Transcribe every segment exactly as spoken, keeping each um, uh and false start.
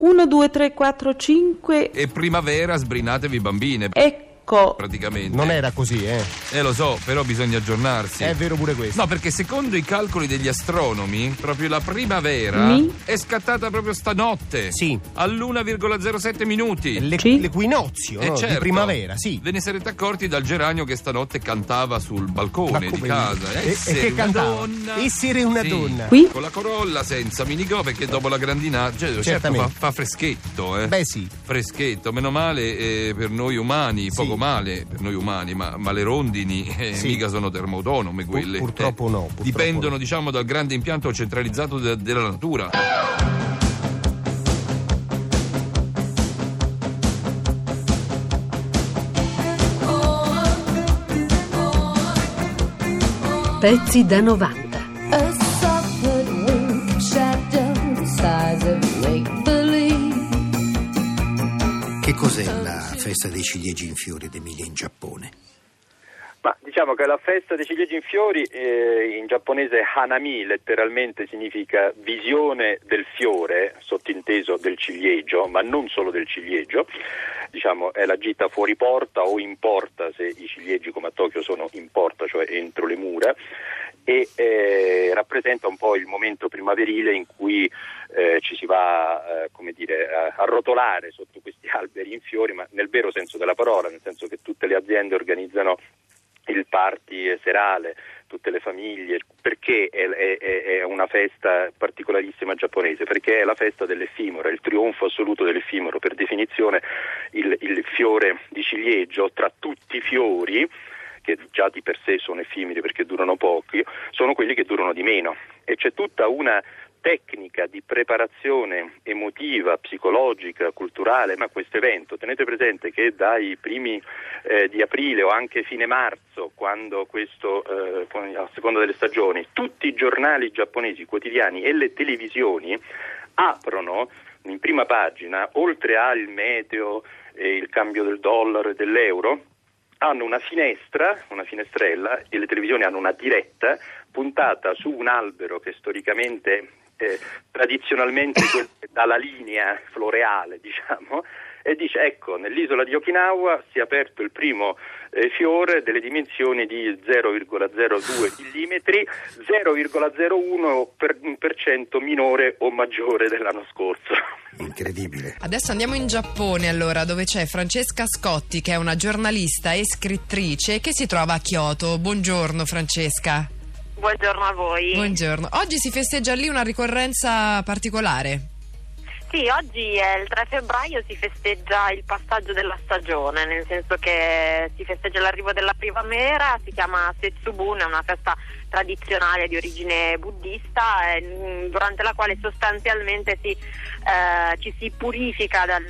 uno, due, tre, quattro, cinque. E primavera, sbrinatevi bambine. Ecco. Praticamente. Non era così, eh? Eh lo so, però bisogna aggiornarsi. È vero pure questo. No, perché secondo i calcoli degli astronomi, proprio la primavera Mi? è scattata proprio stanotte. Sì. All'uno virgola zero sette minuti. Le- Sì. L'equinozio, Eh, no? certo. Di primavera, sì. Ve ne sarete accorti dal geranio che stanotte cantava sul balcone Ma di come? casa. E- e Essere che una cantava? donna. Essere una Sì, donna. Qui? con la corolla, senza minigo, perché dopo la grandinata, cioè, certo, Certamente. fa, fa freschetto, eh. Beh sì. Freschetto, meno male eh, per noi umani, Sì. poco male per noi umani, ma, ma le rondini eh, Sì. mica sono termoautonome quelle. Pur- purtroppo no, purtroppo Dipendono, no. diciamo, dal grande impianto centralizzato de- della natura. Pezzi da novanta. A soft wing shadow the size of make-believe. Che cos'è la festa dei ciliegi in fiori d'Emilia in Giappone? Ma diciamo che la festa dei ciliegi in fiori eh, in giapponese hanami letteralmente significa visione del fiore, sottinteso del ciliegio, ma non solo del ciliegio. Diciamo è la gita fuori porta o in porta se i ciliegi come a Tokyo sono in porta, cioè entro le mura, e eh, rappresenta un po' il momento primaverile in cui eh, ci si va eh, come dire, a, a rotolare sotto questi alberi in fiori, ma nel vero senso della parola, nel senso che tutte le aziende organizzano il party serale, tutte le famiglie, perché è, è, è una festa particolarissima giapponese, perché è la festa dell'effimero, è il trionfo assoluto dell'effimero. Per definizione il, il fiore di ciliegio tra tutti i fiori, che già di per sé sono effimeri perché durano poco, sono quelli che durano di meno, e c'è tutta una tecnica di preparazione emotiva, psicologica, culturale, ma questo evento, tenete presente che dai primi eh, di aprile o anche fine marzo, quando questo, eh, a seconda delle stagioni, tutti i giornali giapponesi quotidiani e le televisioni aprono in prima pagina, oltre al meteo e il cambio del dollaro e dell'euro, hanno una finestra, una finestrella, e le televisioni hanno una diretta puntata su un albero che storicamente Eh, tradizionalmente quel, dalla linea floreale, diciamo, e dice: ecco, nell'isola di Okinawa si è aperto il primo eh, fiore delle dimensioni di zero virgola zero due millimetri, zero virgola zero uno per cento minore o maggiore dell'anno scorso. Incredibile. Adesso andiamo in Giappone, allora, dove c'è Francesca Scotti, che è una giornalista e scrittrice che si trova a Kyoto. Buongiorno Francesca. Buongiorno a voi. Buongiorno. Oggi si festeggia lì una ricorrenza particolare. Sì, oggi è il tre febbraio, si festeggia il passaggio della stagione, nel senso che si festeggia l'arrivo della primavera, si chiama Setsubun, è una festa tradizionale di origine buddista, eh, durante la quale sostanzialmente si, eh, ci si purifica dal,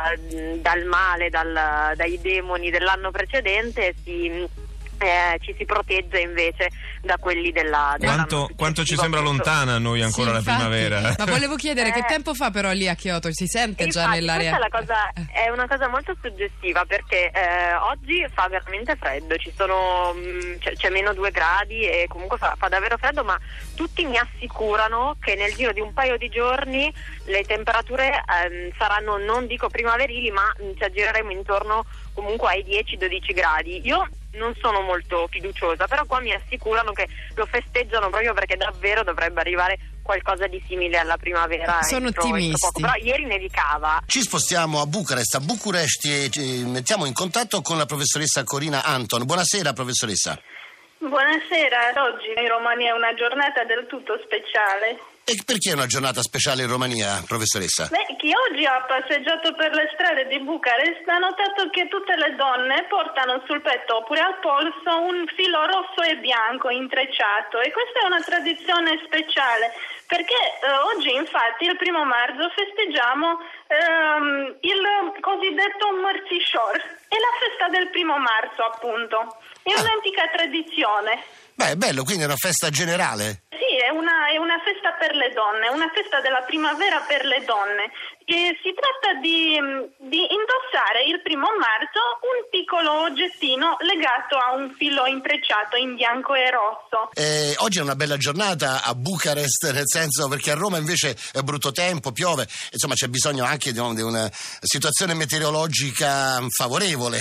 dal male, dal, dai demoni dell'anno precedente, si Eh, ci si protegge invece da quelli della quanto, quanto ci sembra lontana a noi ancora sì, la infatti, primavera. Ma volevo chiedere eh, che tempo fa però lì a Kyoto, si sente già infatti, nell'area? Questa è, la cosa, è una cosa molto suggestiva, perché eh, oggi fa veramente freddo, ci sono mh, c'è, c'è meno due gradi e comunque fa, fa davvero freddo, ma tutti mi assicurano che nel giro di un paio di giorni le temperature ehm, saranno, non dico primaverili, ma mh, ci aggireremo intorno comunque ai dieci dodici gradi. Io non sono molto fiduciosa, però qua mi assicurano che lo festeggiano proprio perché davvero dovrebbe arrivare qualcosa di simile alla primavera. Sono entro, entro ottimisti. poco. Però ieri nevicava. Ci spostiamo a Bucarest, a București, e ci mettiamo in contatto con la professoressa Corina Anton. Buonasera professoressa. Buonasera, oggi in Romania è una giornata del tutto speciale. E perché è una giornata speciale in Romania, professoressa? Beh, chi oggi ha passeggiato per le strade di Bucarest ha notato che tutte le donne portano sul petto oppure al polso un filo rosso e bianco intrecciato, e questa è una tradizione speciale perché eh, oggi infatti il primo marzo festeggiamo ehm, il cosiddetto Mărțișor, è la festa del primo marzo appunto, è Ah. un'antica tradizione. Beh, è bello, quindi è una festa generale. Sì, è una, è una festa per le donne, una festa della primavera per le donne. Eh, si tratta di, di indossare il primo marzo un piccolo oggettino legato a un filo intrecciato in bianco e rosso. Eh, oggi è una bella giornata a Bucarest, nel senso, perché a Roma invece è brutto tempo, piove, insomma c'è bisogno anche di, di una situazione meteorologica favorevole.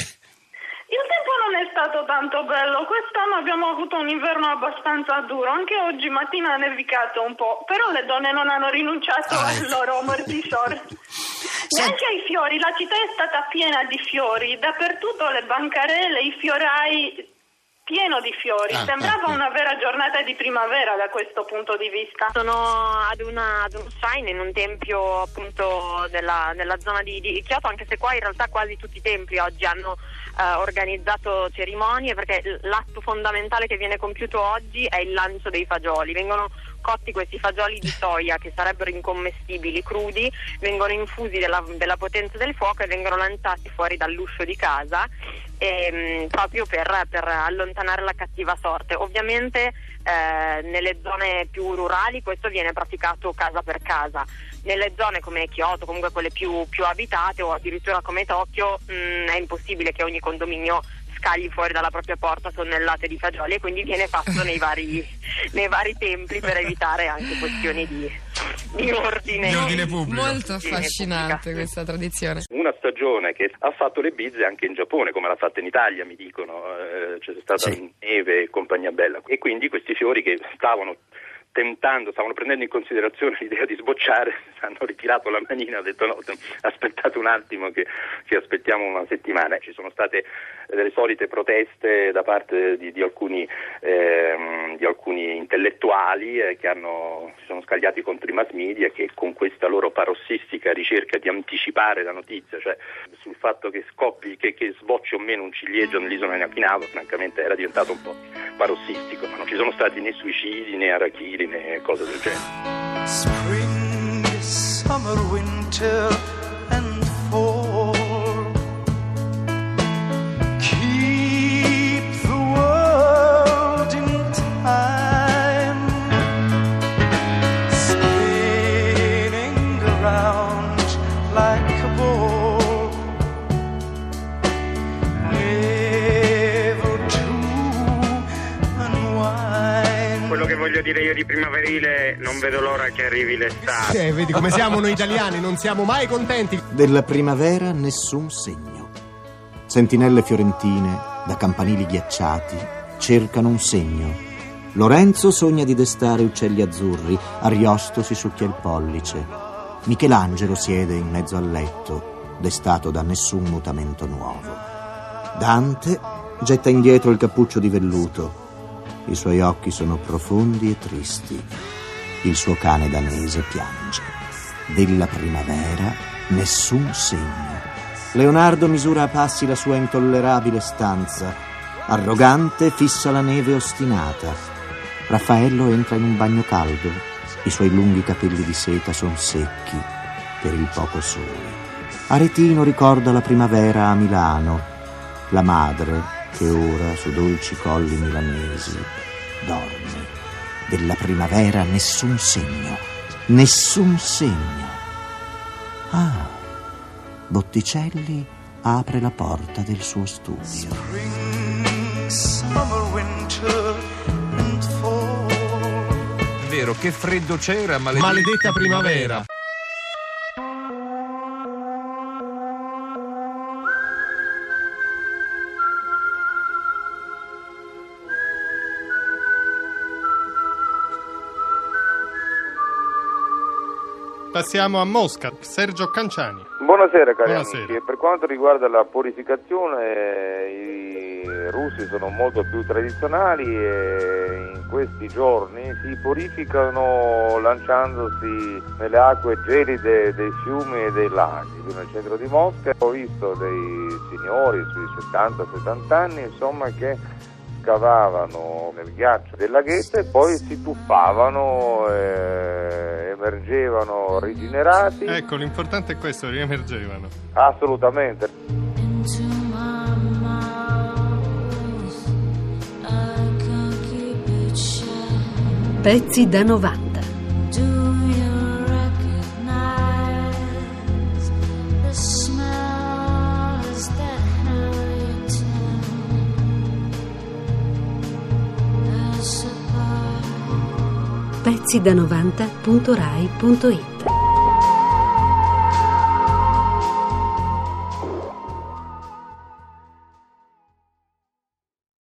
Il tempo non è stato tanto bello, quest'anno abbiamo avuto un inverno abbastanza duro, anche oggi mattina ha nevicato un po', però le donne non hanno rinunciato ah, ecco. al loro mortisor. Neanche ai fiori, la città è stata piena di fiori, dappertutto le bancarelle, i fiorai, pieno di fiori, ah, sembrava ah, una vera giornata di primavera da questo punto di vista. Sono ad, una, ad uno shrine in un tempio appunto della, nella zona di, di Kyoto, anche se qua in realtà quasi tutti i templi oggi hanno Uh, organizzato cerimonie, perché l'atto fondamentale che viene compiuto oggi è il lancio dei fagioli. Vengono cotti questi fagioli di soia che sarebbero incommestibili, crudi, vengono infusi della, della potenza del fuoco e vengono lanciati fuori dall'uscio di casa ehm, proprio per, per allontanare la cattiva sorte. Ovviamente eh, nelle zone più rurali questo viene praticato casa per casa. Nelle zone come Kyoto, comunque quelle più, più abitate, o addirittura come Tokyo, mh, è impossibile che ogni condominio scagli fuori dalla propria porta tonnellate di fagioli, e quindi viene fatto nei vari, nei vari templi per evitare anche questioni di, di ordine, di ordine pubblico. Molto affascinante questa tradizione. Una stagione che ha fatto le bizze anche in Giappone, come l'ha fatta in Italia, mi dicono, eh, c'è stata sì. neve e compagnia bella, e quindi questi fiori che stavano tentando, stavano prendendo in considerazione l'idea di sbocciare, hanno ritirato la manina, hanno detto no, aspettate un attimo che ci aspettiamo una settimana. Ci sono state delle solite proteste da parte di, di alcuni ehm, di alcuni intellettuali eh, che hanno, si sono scagliati contro i mass media, che con questa loro parossistica ricerca di anticipare la notizia, cioè sul fatto che scoppi, che, che sbocci o meno un ciliegio nell'isola di Okinawa, francamente era diventato un po' parossistico, ma non ci sono stati né suicidi né arachidi né cose del genere. Spring, summer, winter and fall. Keep the world in time, spinning around like a ball, never to unwind. Quello che voglio dire io di primaverile, non vedo l'ora che arrivi l'estate. Eh, vedi come siamo noi italiani, non siamo mai contenti. Della primavera nessun segno. Sentinelle fiorentine, da campanili ghiacciati, cercano un segno. Lorenzo sogna di destare uccelli azzurri, Ariosto si succhia il pollice. Michelangelo siede in mezzo al letto, destato da nessun mutamento nuovo. Dante getta indietro il cappuccio di velluto. I suoi occhi sono profondi e tristi. Il suo cane danese piange. Della primavera nessun segno. Leonardo misura a passi la sua intollerabile stanza. Arrogante fissa la neve ostinata. Raffaello entra in un bagno caldo. I suoi lunghi capelli di seta sono secchi per il poco sole. Aretino ricorda la primavera a Milano. La madre, che ora su dolci colli milanesi dorme. Della primavera nessun segno. Nessun segno. Ah, Botticelli apre la porta del suo studio. Spring, summer, winter and fall. È vero, che freddo c'era, maledetta, maledetta primavera. Passiamo a Mosca, Sergio Canciani. Buonasera cari Buonasera. amici, per quanto riguarda la purificazione i russi sono molto più tradizionali e in questi giorni si purificano lanciandosi nelle acque gelide dei fiumi e dei laghi. Qui nel centro di Mosca ho visto dei signori sui settanta settanta anni insomma che scavavano nel ghiaccio del laghetto e poi si tuffavano e emergevano rigenerati. Ecco, l'importante è questo, riemergevano. Assolutamente. Pezzi da novanta. pezzi da novanta punto rai punto it.